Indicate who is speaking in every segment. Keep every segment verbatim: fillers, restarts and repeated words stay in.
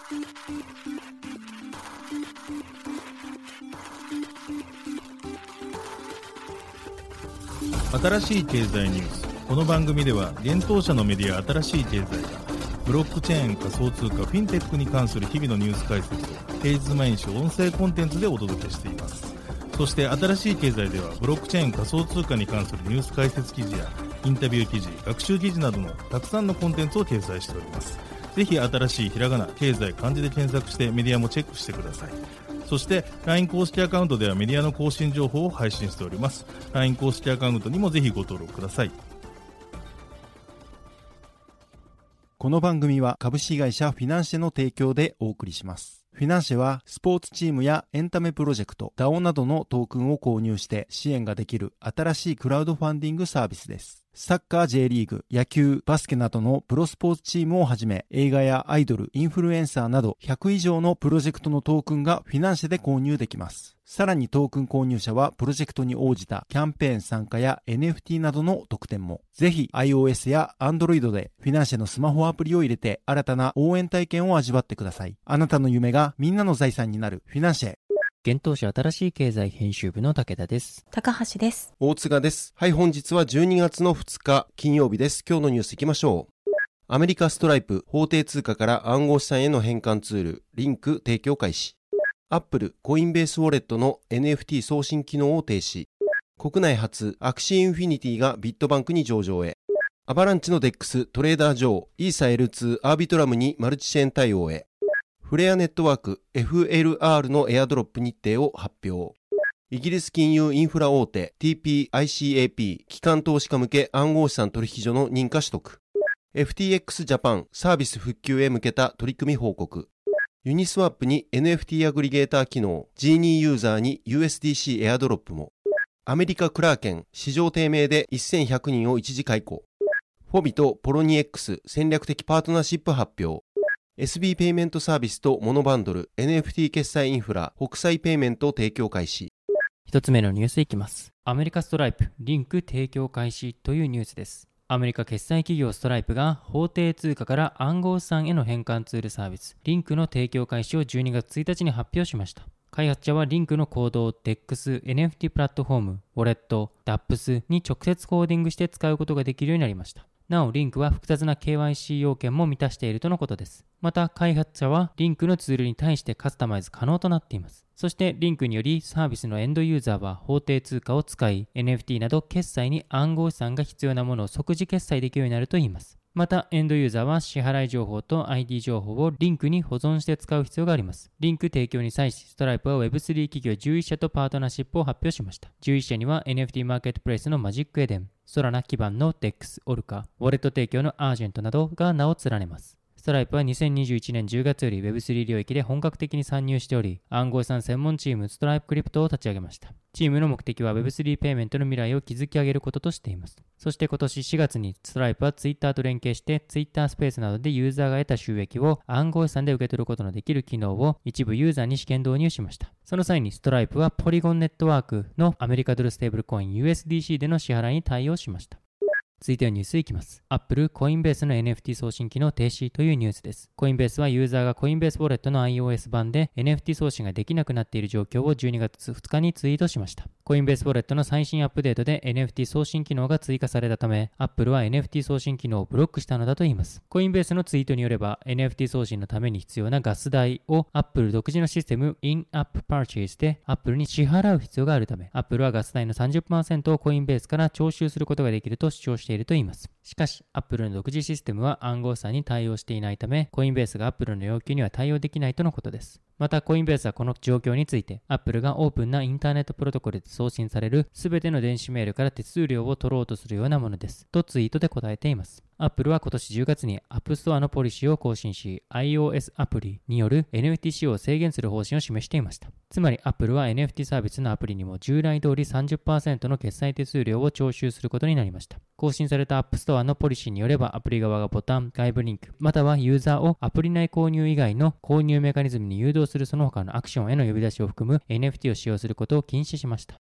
Speaker 1: 新しい経済ニュース。この番組では現当社のメディア新しい経済がブロックチェーン、仮想通貨、フィンテックに関する日々のニュース解説を平日毎日音声コンテンツでお届けしています。そして新しい経済ではブロックチェーン、仮想通貨に関するニュース解説記事やインタビュー記事、学習記事などのたくさんのコンテンツを掲載しております。ぜひ新しいひらがな、経済、漢字で検索してメディアもチェックしてください。そして ライン 公式アカウントではメディアの更新情報を配信しております。 ライン 公式アカウントにもぜひご登録ください。
Speaker 2: この番組は株式会社フィナンシェの提供でお送りします。フィナンシェはスポーツチームやエンタメプロジェクト、ダオ などのトークンを購入して支援ができる新しいクラウドファンディングサービスです。サッカー J リーグ、野球、バスケなどのプロスポーツチームをはじめ、映画やアイドル、インフルエンサーなどひゃく以上のプロジェクトのトークンがフィナンシェで購入できます。さらにトークン購入者はプロジェクトに応じたキャンペーン参加や エヌエフティー などの特典も。ぜひ iOS や Android でフィナンシェのスマホアプリを入れて新たな応援体験を味わってください。あなたの夢がみんなの財産になるフィナンシェ。
Speaker 3: 現当社新しい経済編集部の武田です。
Speaker 4: 高橋です。
Speaker 5: 大塚です。はい、本日はじゅうにがつのふつか金曜日です。今日のニュースいきましょう。アメリカストライプ、法定通貨から暗号資産への変換ツール、リンク提供開始。アップル、コインベースウォレットの エヌエフティー 送信機能を停止。国内初、アクシーインフィニティがビットバンクに上場へ。アバランチの デックス、トレーダー上、イーサ エルツー アービトラムにマルチチェーン対応へ。フレアネットワーク エフエルアール のエアドロップ日程を発表。イギリス金融インフラ大手 ティーピーアイシーエーピー 機関投資家向け暗号資産取引所の認可取得。エフティーエックス ジャパンサービス復旧へ向けた取り組み報告。ユニスワップに エヌエフティー アグリゲーター機能、ジーニー ユーザーに ユーエスディーシー エアドロップも。アメリカクラーケン市場低迷でせんひゃくにんを一時解雇。フォビとポロニエックス戦略的パートナーシップ発表。エスビー ペイメントサービスとモノバンドル エヌエフティー 決済インフラ国際ペイメント提供開始。
Speaker 3: 一つ目のニュースいきます。アメリカストライプリンク提供開始というニュースです。アメリカ決済企業ストライプが法定通貨から暗号資産への変換ツールサービスリンクの提供開始をじゅうにがつついたちに発表しました。開発者はリンクのコードを デックス、エヌエフティー プラットフォーム、ウォレット、ダップス に直接コーディングして使うことができるようになりました。なお、リンクは複雑な ケーワイシー 要件も満たしているとのことです。また、開発者はリンクのツールに対してカスタマイズ可能となっています。そして、リンクによりサービスのエンドユーザーは法定通貨を使い、エヌエフティー など決済に暗号資産が必要なものを即時決済できるようになるといいます。また、エンドユーザーは支払い情報と アイディー 情報をリンクに保存して使う必要があります。リンク提供に際し、ストライプは ウェブスリー 企業じゅういっしゃとパートナーシップを発表しました。じゅういっしゃには エヌエフティー マーケットプレイスのマジックエデン、ソラナ基盤の デックス、オルカ、ウォレット提供のアージェントなどが名を連ねます。ストライプはにせんにじゅういちねんじゅうがつより ウェブスリー 領域で本格的に参入しており、暗号資産専門チームストライプクリプトを立ち上げました。チームの目的は ウェブスリー ペイメントの未来を築き上げることとしています。そして今年しがつにストライプは Twitter と連携して Twitter スペースなどでユーザーが得た収益を暗号資産で受け取ることのできる機能を一部ユーザーに試験導入しました。その際にストライプはポリゴンネットワークのアメリカドルステーブルコイン ユーエスディーシー での支払いに対応しました。続いてはニュースいきます。Apple、コインベースの エヌエフティー 送信機能停止というニュースです。コインベースはユーザーがコインベースウォレットの iOS 版で エヌエフティー 送信ができなくなっている状況をじゅうにがつふつかにツイートしました。コインベースウォレットの最新アップデートで エヌエフティー 送信機能が追加されたため、Apple は エヌエフティー 送信機能をブロックしたのだといいます。コインベースのツイートによれば、エヌエフティー 送信のために必要なガス代を Apple 独自のシステム In-App Purchase で Apple に支払う必要があるため、Apple はガス代の さんじゅっパーセント をコインベースから徴収することができると主張しているといいます。しかし、Apple の独自システムは暗号資産に対応していないため、コインベースが Apple の要求には対応できないとのことです。また、コインベースはこの状況について、Apple がオープンなインターネットプロトコルで送信されるすべての電子メールから手数料を取ろうとするようなものです。とツイートで答えています。Apple は今年じゅうがつに App Store のポリシーを更新し、iOS アプリによる エヌエフティー 使用を制限する方針を示していました。つまり Apple は エヌエフティー サービスのアプリにも従来通り さんじゅっパーセント の決済手数料を徴収することになりました。更新された App Store のポリシーによれば、アプリ側がボタン、外部リンク、またはユーザーをアプリ内購入以外の購入メカニズムに誘導するその他のアクションへの呼び出しを含む エヌエフティー を使用することを禁止しました。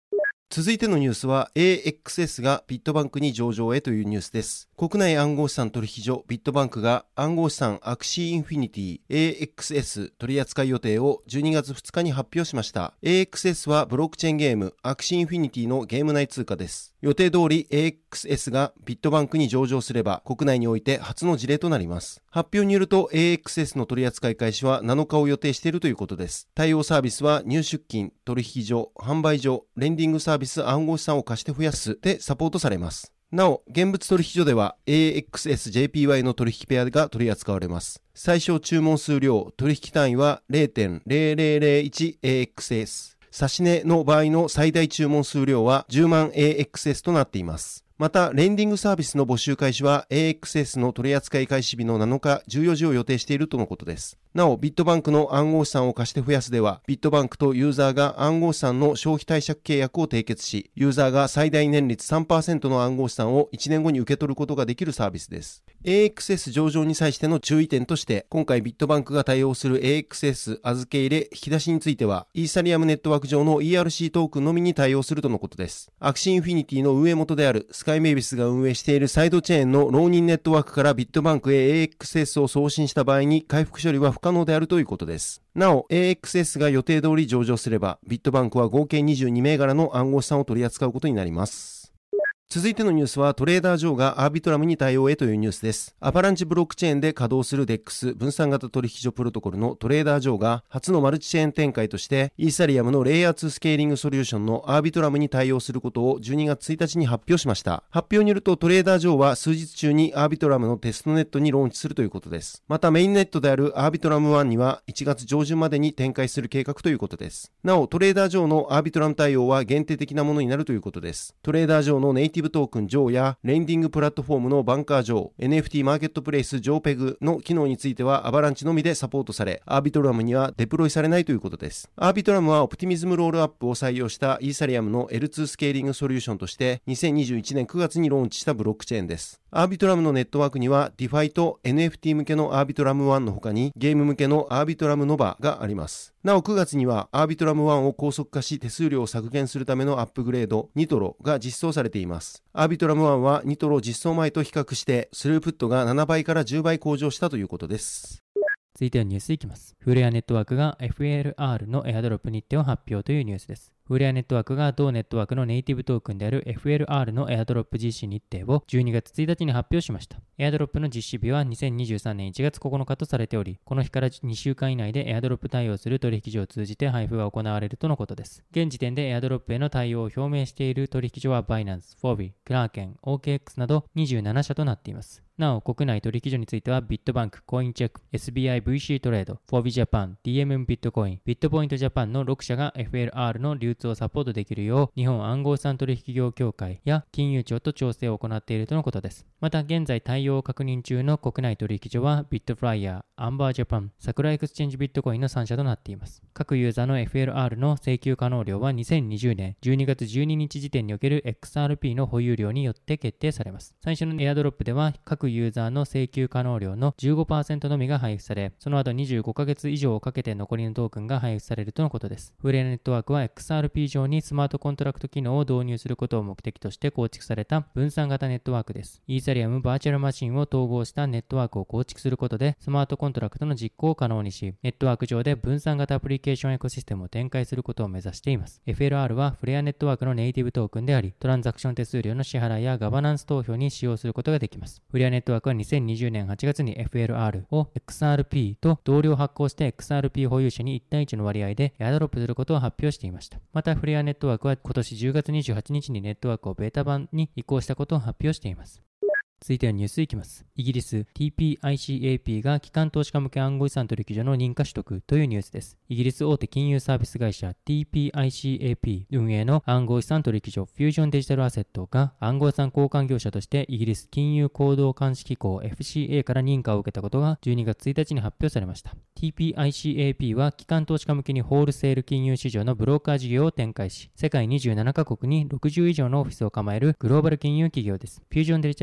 Speaker 5: 続いてのニュースは エーエックスエス がビットバンクに上場へというニュースです。国内暗号資産取引所ビットバンクが暗号資産アクシーインフィニティ エーエックスエス 取扱い予定をじゅうにがつふつかに発表しました。エーエックスエス はブロックチェーンゲームアクシーインフィニティのゲーム内通貨です。予定通り エーエックスエス がビットバンクに上場すれば国内において初の事例となります。発表によると エーエックスエス の取扱い開始はなのかを予定しているということです。対応サービスは入出金、取引所、販売所、レンディングサービス暗号資産を貸して増やすでサポートされます。なお、現物取引所では エーエックスエスジェーピーワイ の取引ペアが取り扱われます。最小注文数量、取引単位は ゼロてんゼロゼロゼロいちエーエックスエス。指し値の場合の最大注文数量はじゅうまんエーエックスエス となっています。また、レンディングサービスの募集開始は エーエックスエス の取扱い開始日のなのか、じゅうよじを予定しているとのことです。なお、ビットバンクの暗号資産を貸して増やすでは、ビットバンクとユーザーが暗号資産の消費貸借契約を締結し、ユーザーが最大年率 さんパーセント の暗号資産をいちねんごに受け取ることができるサービスです。エーエックスエス 上場に際しての注意点として、今回ビットバンクが対応する エーエックスエス 預け入れ引き出しについては、イーサリアムネットワーク上の イーアールシー トークンのみに対応するとのことです。アクシーインフィニティの運営元であるスカイメイビスが運営しているサイドチェーンの浪人ネットワークからビットバンクへ エーエックスエス を送信した場合に回復処理は不可能であるということです。なお、エーエックスエス が予定通り上場すれば、ビットバンクは合計にじゅうに銘柄の暗号資産を取り扱うことになります。続いてのニュースはトレーダー上がアービトラムに対応へというニュースです。アバランチブロックチェーンで稼働する デックス 分散型取引所プロトコルのトレーダー上が初のマルチチェーン展開としてイーサリアムのレイヤーツースケーリングソリューションのアービトラムに対応することをじゅうにがつついたちに発表しました。発表によるとトレーダー上は数日中にアービトラムのテストネットにローンチするということです。またメインネットであるアービトラムワンにはいちがつ上旬までに展開する計画ということです。なおトレーダー上のアービトラム対応は限定的なものになるということです。トレーダー上のネイティブトークン上やレンディングプラットフォームのバンカー上、エヌエフティー マーケットプレイス上ペグの機能についてはアバランチのみでサポートされ、アービトラムにはデプロイされないということです。アービトラムはオプティミズムロールアップを採用したイーサリアムの エルツー スケーリングソリューションとしてにせんにじゅういちねんくがつにローンチしたブロックチェーンです。アービトラムのネットワークには ディファイ と エヌエフティー 向けのアービトラムワンの他にゲーム向けのアービトラムノバがあります。なおくがつにはアービトラムワンを高速化し手数料を削減するためのアップグレードニトロが実装されています。アービトラムワンはニトロ実装前と比較してスループットがななばいからじゅうばい向上したということです。
Speaker 3: 続いてはニュースいきます。フレアネットワークが エフエルアール のエアドロップ日程を発表というニュースです。フレアネットワークが同ネットワークのネイティブトークンである エフエルアール のエアドロップ実施日程をじゅうにがつついたちに発表しました。エアドロップの実施日はにせんにじゅうさんねんいちがつここのかとされており、この日からにしゅうかん以内でエアドロップ対応する取引所を通じて配布が行われるとのことです。現時点でエアドロップへの対応を表明している取引所はバイナンス、フォービー、クラーケン、オーケーエックス などにじゅうななしゃとなっています。なお、国内取引所についてはビットバンク、コインチェック、エスビーアイブイシー トレード、フォービージャパン、ディーエムエム ビットコイン、ビットポイントジャパンのろくしゃが エフエルアール の流通をサポートできるよう日本暗号資産取引業協会や金融庁と調整を行っているとのことです。また現在対応を確認中の国内取引所はビットフライヤー、アンバージャパン、桜エクスチェンジビットコインのさんしゃとなっています。各ユーザーの エフエルアール の請求可能量はにせんにじゅうねんじゅうにがつじゅうににち時点における エックスアールピー の保有量によって決定されます。最初のエアドロップでは各ユーザーの請求可能量の じゅうごパーセント のみが配布され、その後にじゅうごかげつ以上をかけて残りのトークンが配布されるとのことです。フレアネットワークは エックスアールピー 上にスマートコントラクト機能を導入することを目的として構築された分散型ネットワークです。イーサリアムバーチャルマシンを統合したネットワークを構築することでスマートコントラクトの実行を可能にし、ネットワーク上で分散型アプリケーションエコシステムを展開することを目指しています。エフエルアール はフレアネットワークのネイティブトークンであり、トランザクション手数料の支払いやガバナンス投票に使用することができます。フレアネットワークはにせんにじゅうねんはちがつに エフエルアール を エックスアールピー と同量発行して エックスアールピー 保有者にいちたいいちの割合でエアドロップすることを発表していました。またフレアネットワークは今年じゅうがつにじゅうはちにちにネットワークをベータ版に移行したことを発表しています。続いてはニュースいきます。イギリス ティーピーアイシーエーピー が機関投資家向け暗号資産取引所の認可取得というニュースです。イギリス大手金融サービス会社 ティーピーアイシーエーピー 運営の暗号資産取引所フュージョンデジタルアセットが暗号資産交換業者としてイギリス金融行動監視機構 エフシーエー から認可を受けたことがじゅうにがつついたちに発表されました。ティーピーアイシーエーピー は機関投資家向けにホールセール金融市場のブローカー事業を展開し、世界にじゅうななかこくにろくじゅういじょうのオフィスを構えるグローバル金融企業です。フュージョンデジタルアセットは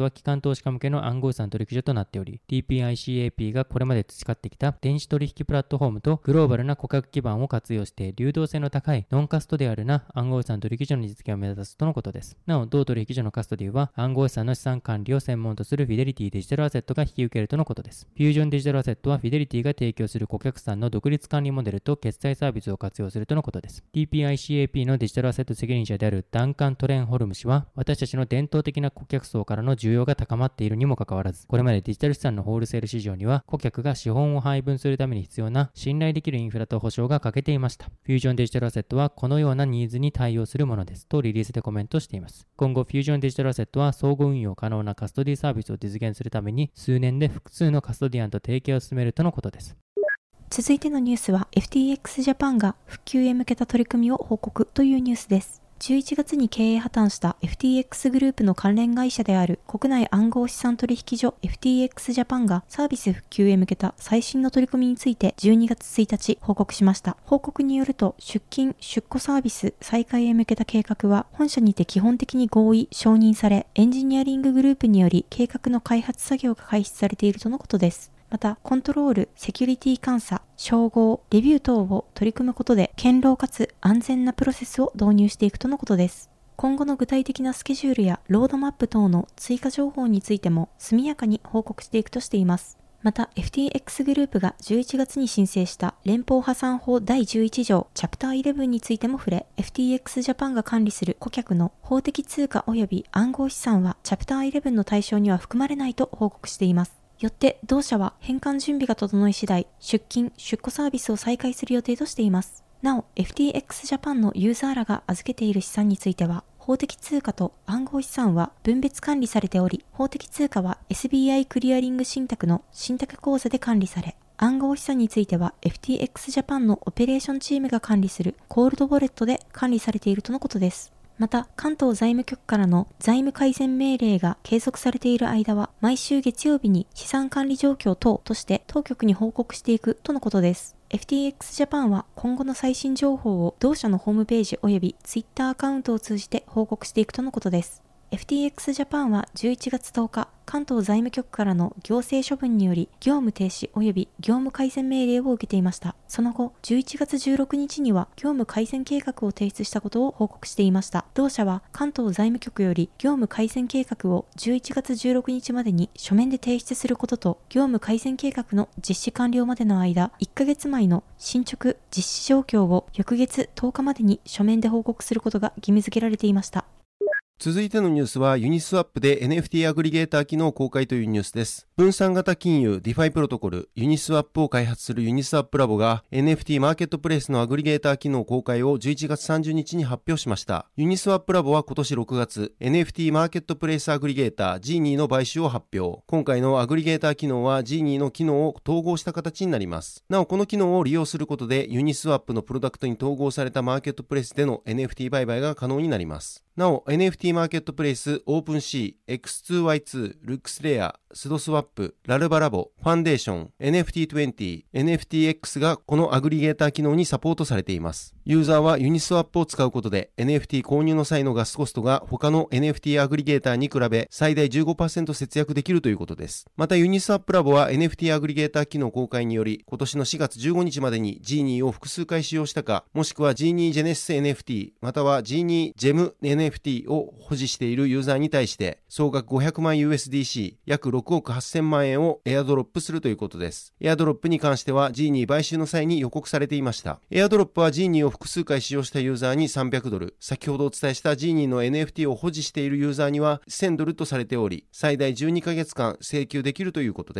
Speaker 3: は機関投資家向けの暗号資産取引所となっており、ディーピーアイシーエーピー がこれまで培ってきた電子取引プラットフォームとグローバルな顧客基盤を活用して流動性の高いノンカストディアルな暗号資産取引所の実現を目指すとのことです。なお、同取引所のカストディは暗号資産の資産管理を専門とするフィデリティデジタルアセットが引き受けるとのことです。フュージョンデジタルアセットはフィデリティが提供する顧客資産の独立管理モデルと決済サービスを活用するとのことです。ディーピーアイシーエーピー のデジタルアセット責任者であるダンカン・トレンホルム氏は、私たちの伝統的な顧客層からの需要が高まっているにもかかわらず、これまでデジタル資産のホールセール市場には顧客が資本を配分するために必要な信頼できるインフラと保証が欠けていました。フュージョンデジタルアセットはこのようなニーズに対応するものですとリリースでコメントしています。今後フュージョンデジタルアセットは相互運用可能なカストディサービスを実現するために数年で複数のカストディアンと提携を進めるとのことです。
Speaker 4: 続いてのニュースは エフティーエックス ジャパンが復旧へ向けた取り組みを報告というニュースです。じゅういちがつに経営破綻した エフティーエックス グループの関連会社である国内暗号資産取引所 エフティーエックス ジャパンがサービス復旧へ向けた最新の取り組みについてじゅうにがつついたち報告しました。報告によると、出金・出庫サービス再開へ向けた計画は本社にて基本的に合意・承認され、エンジニアリンググループにより計画の開発作業が開始されているとのことです。また、コントロール、セキュリティ監査、照合、レビュー等を取り組むことで、堅牢かつ安全なプロセスを導入していくとのことです。今後の具体的なスケジュールやロードマップ等の追加情報についても速やかに報告していくとしています。また エフティーエックス グループがじゅういちがつに申請した連邦破産法だいじゅういち条チャプターじゅういちについても触れ、 エフティーエックス ジャパンが管理する顧客の法的通貨及び暗号資産はチャプターじゅういちの対象には含まれないと報告しています。よって同社は返還準備が整い次第、出金・出庫サービスを再開する予定としています。なお エフティーエックス ジャパンのユーザーらが預けている資産については、法的通貨と暗号資産は分別管理されており、法的通貨は エスビーアイ クリアリング信託の信託口座で管理され、暗号資産については エフティーエックス ジャパンのオペレーションチームが管理するコールドウォレットで管理されているとのことです。また、関東財務局からの財務改善命令が継続されている間は、毎週月曜日に資産管理状況等として当局に報告していくとのことです。エフティーエックス ジャパンは今後の最新情報を同社のホームページ及びツイッターアカウントを通じて報告していくとのことです。エフティーエックス ジャパンはじゅういちがつとおか、関東財務局からの行政処分により業務停止及び業務改善命令を受けていました。その後、じゅういちがつじゅうろくにちには業務改善計画を提出したことを報告していました。同社は関東財務局より業務改善計画をじゅういちがつじゅうろくにちまでに書面で提出することと、業務改善計画の実施完了までの間、いっかげつまえの進捗・実施状況を翌月とおかまでに書面で報告することが義務付けられていました。
Speaker 5: 続いてのニュースはユニスワップで エヌエフティー アグリゲーター機能公開というニュースです。分散型金融 ディファイ プロトコルユニスワップを開発するユニスワップラボが エヌエフティー マーケットプレイスのアグリゲーター機能公開をじゅういちがつさんじゅうにちに発表しました。ユニスワップラボは今年ろくがつ エヌエフティー マーケットプレイスアグリゲーター ジーニー の買収を発表。今回のアグリゲーター機能は ジーニー の機能を統合した形になります。なおこの機能を利用することでユニスワップのプロダクトに統合されたマーケットプレイスでの エヌエフティー 売買が可能になります。なお エヌエフティー マーケットプレイス、オープンシー、エックスツーワイツー、ルックスレア、スドスワップ、ラルバラボ、ファンデーション、エヌエフティーにじゅう、エヌエフティーエックス がこのアグリゲーター機能にサポートされています。ユーザーはユニスワップを使うことで エヌエフティー 購入の際のガスコストが他の エヌエフティー アグリゲーターに比べ最大 じゅうごパーセント 節約できるということです。またユニスワップラボは エヌエフティー アグリゲーター機能公開により今年のしがつじゅうごにちまでに ジーニー を複数回使用したか、もしくは ジーニー ジェネシス エヌエフティー または ジーニー ジェム エヌエフティー を保持しているユーザーに対して総額ごひゃくまんユーエスディーシー 約ろくおくはっせんまんえんをエアドロップするということです。エアドロップに関しては ジーニー 買収の際に予告されていました。エアドロップは ジーニー を複数回使用したユーザーにさんびゃくドル、先ほどお伝えした ジーニー の エヌエフティー を保持しているユーザーにはせんドルとされており、最大じゅうにかげつかん請求できるということです。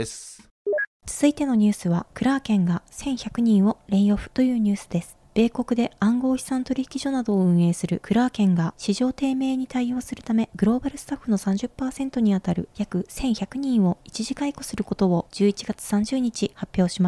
Speaker 4: 続いてのニュースは、クラーケンがせんひゃくにんをレイオフというニュースです。米国で暗号資産取引所などを運営するクラーケンが市場低迷に対応するため、グローバルスタッフの さんじゅっパーセント にあたる約せんひゃくにんを一時解雇することをじゅういちがつさんじゅうにち発表しました。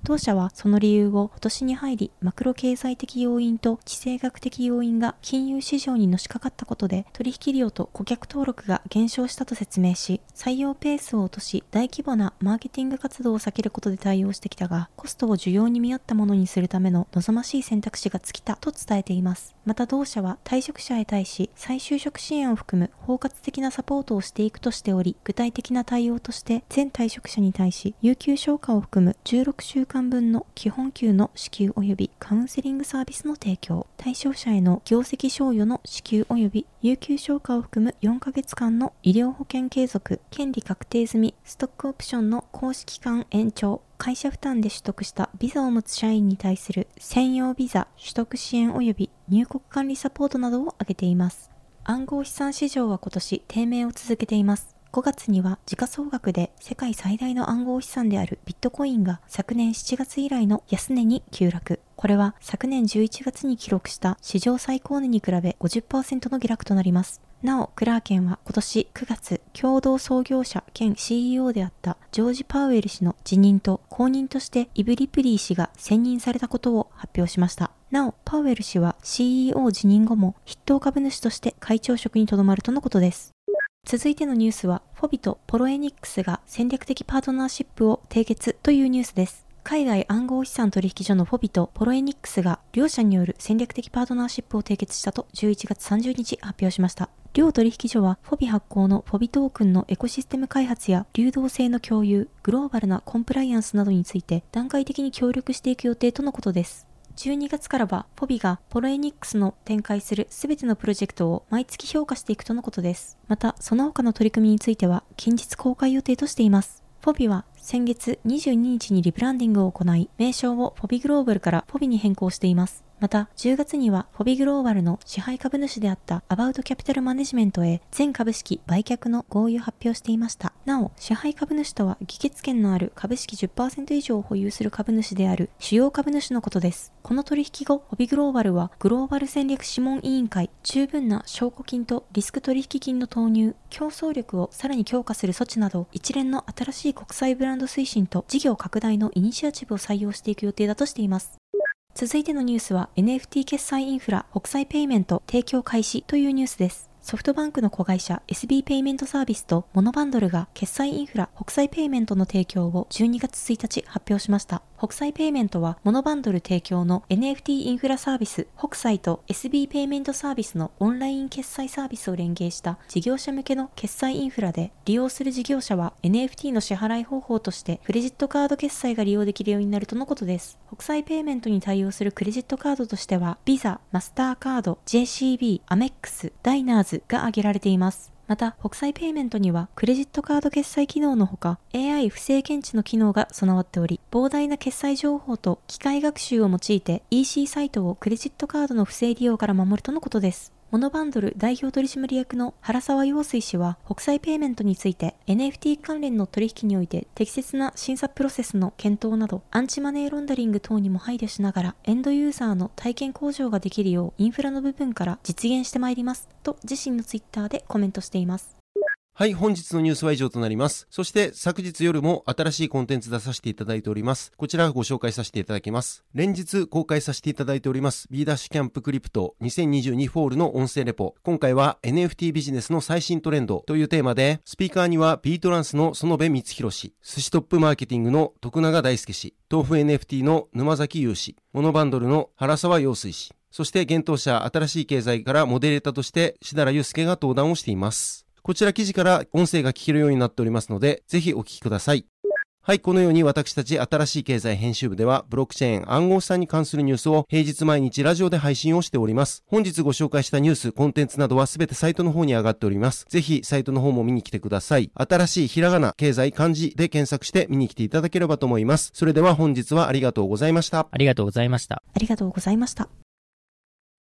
Speaker 4: 同社はその理由を今年に入りマクロ経済的要因と地政学的要因が金融市場にのしかかったことで取引量と顧客登録が減少したと説明し、採用ペースを落とし大規模なマーケティング活動を避けることで対応してきたが、コストを需要に見合ったものにするための望ましい選択肢が尽きたと伝えています。また同社は退職者へ対し再就職支援を含む包括的なサポートをしていくとしており、具体的な対応として全退職者に対し有給消化を含むじゅうろくしゅうかんぶんの基本給の支給及びカウンセリングサービスの提供、対象者への業績賞与の支給及び有給消化を含むよんかげつかんの医療保険継続、権利確定済みストックオプションの行使期間延長、会社負担で取得したビザを持つ社員に対する専用ビザ取得支援及び入国管理サポートなどを挙げています。暗号資産市場は今年低迷を続けています。ごがつには時価総額で世界最大の暗号資産であるビットコインが昨年しちがつ以来の安値に急落。これは昨年じゅういちがつに記録した史上最高値に比べ ごじゅっパーセント の下落となります。なお、クラーケンは今年くがつ、共同創業者兼 シーイーオー であったジョージ・パウエル氏の辞任と後任としてイブ・リプリー氏が選任されたことを発表しました。なお、パウエル氏は シーイーオー 辞任後も筆頭株主として会長職にとどまるとのことです。続いてのニュースは、フォビとポロエニックスが戦略的パートナーシップを締結というニュースです。海外暗号資産取引所のフォビとポロエニックスが両社による戦略的パートナーシップを締結したとじゅういちがつさんじゅうにち発表しました。両取引所はフォビ発行のフォビトークンのエコシステム開発や流動性の共有、グローバルなコンプライアンスなどについて段階的に協力していく予定とのことです。じゅうにがつからはフォビがポロエニックスの展開するすべてのプロジェクトを毎月評価していくとのことです。またその他の取り組みについては近日公開予定としています。フォビは先月にじゅうににちにリブランディングを行い、名称をフォビグローバルからフォビに変更しています。またじゅうがつにはフォビグローバルの支配株主であったアバウトキャピタルマネジメントへ全株式売却の合意を発表していました。なお、支配株主とは議決権のある株式 じゅっパーセント 以上を保有する株主である主要株主のことです。この取引後、フォビグローバルはグローバル戦略諮問委員会、十分な証拠金とリスク取引金の投入、競争力をさらに強化する措置など一連の新しい国際ブランド推進と事業拡大のイニシアチブを採用していく予定だとしています。続いてのニュースは エヌエフティー 決済インフラ国際ペイメント提供開始というニュースです。ソフトバンクの子会社 エスビー ペイメントサービスとモノバンドルが決済インフラ国際ペイメントの提供をじゅうにがつついたち発表しました。国際ペイメントはモノバンドル提供の エヌエフティー インフラサービス北斎と エスビー ペイメントサービスのオンライン決済サービスを連携した事業者向けの決済インフラで、利用する事業者は エヌエフティー の支払い方法としてクレジットカード決済が利用できるようになるとのことです。国際ペイメントに対応するクレジットカードとしてはビザ、マスターカード、ジェーシービー、アメックス、ダイナーズが挙げられています。また国際ペイメントにはクレジットカード決済機能のほか エーアイ 不正検知の機能が備わっており、膨大な決済情報と機械学習を用いて イーシー サイトをクレジットカードの不正利用から守るとのことです。モノバンドル代表取締役の原沢陽水氏は国際ペイメントについて エヌエフティー 関連の取引において適切な審査プロセスの検討などアンチマネーロンダリング等にも配慮しながらエンドユーザーの体験向上ができるようインフラの部分から実現してまいりますと自身のツイッターでコメントしています。
Speaker 5: はい、本日のニュースは以上となります。そして昨日夜も新しいコンテンツ出させていただいております。こちらをご紹介させていただきます。連日公開させていただいております B ダッシュキャンプクリプトにせんにじゅうにフォールの音声レポ。今回は エヌエフティー ビジネスの最新トレンドというテーマで、スピーカーにはビートランスの園部光弘氏、寿司トップマーケティングの徳永大輔氏、豆腐 エヌエフティー の沼崎優氏、モノバンドルの原沢陽水氏、そして現当社新しい経済からモデレーターとして志田祐介が登壇をしています。こちら記事から音声が聞けるようになっておりますので、ぜひお聞きください。はい、このように私たち新しい経済編集部では、ブロックチェーン暗号資産に関するニュースを平日毎日ラジオで配信をしております。本日ご紹介したニュース、コンテンツなどはすべてサイトの方に上がっております。ぜひサイトの方も見に来てください。新しいひらがな、経済、漢字で検索して見に来ていただければと思います。それでは本日はありがとうございました。
Speaker 3: ありがとうございました。
Speaker 4: ありがとうございました。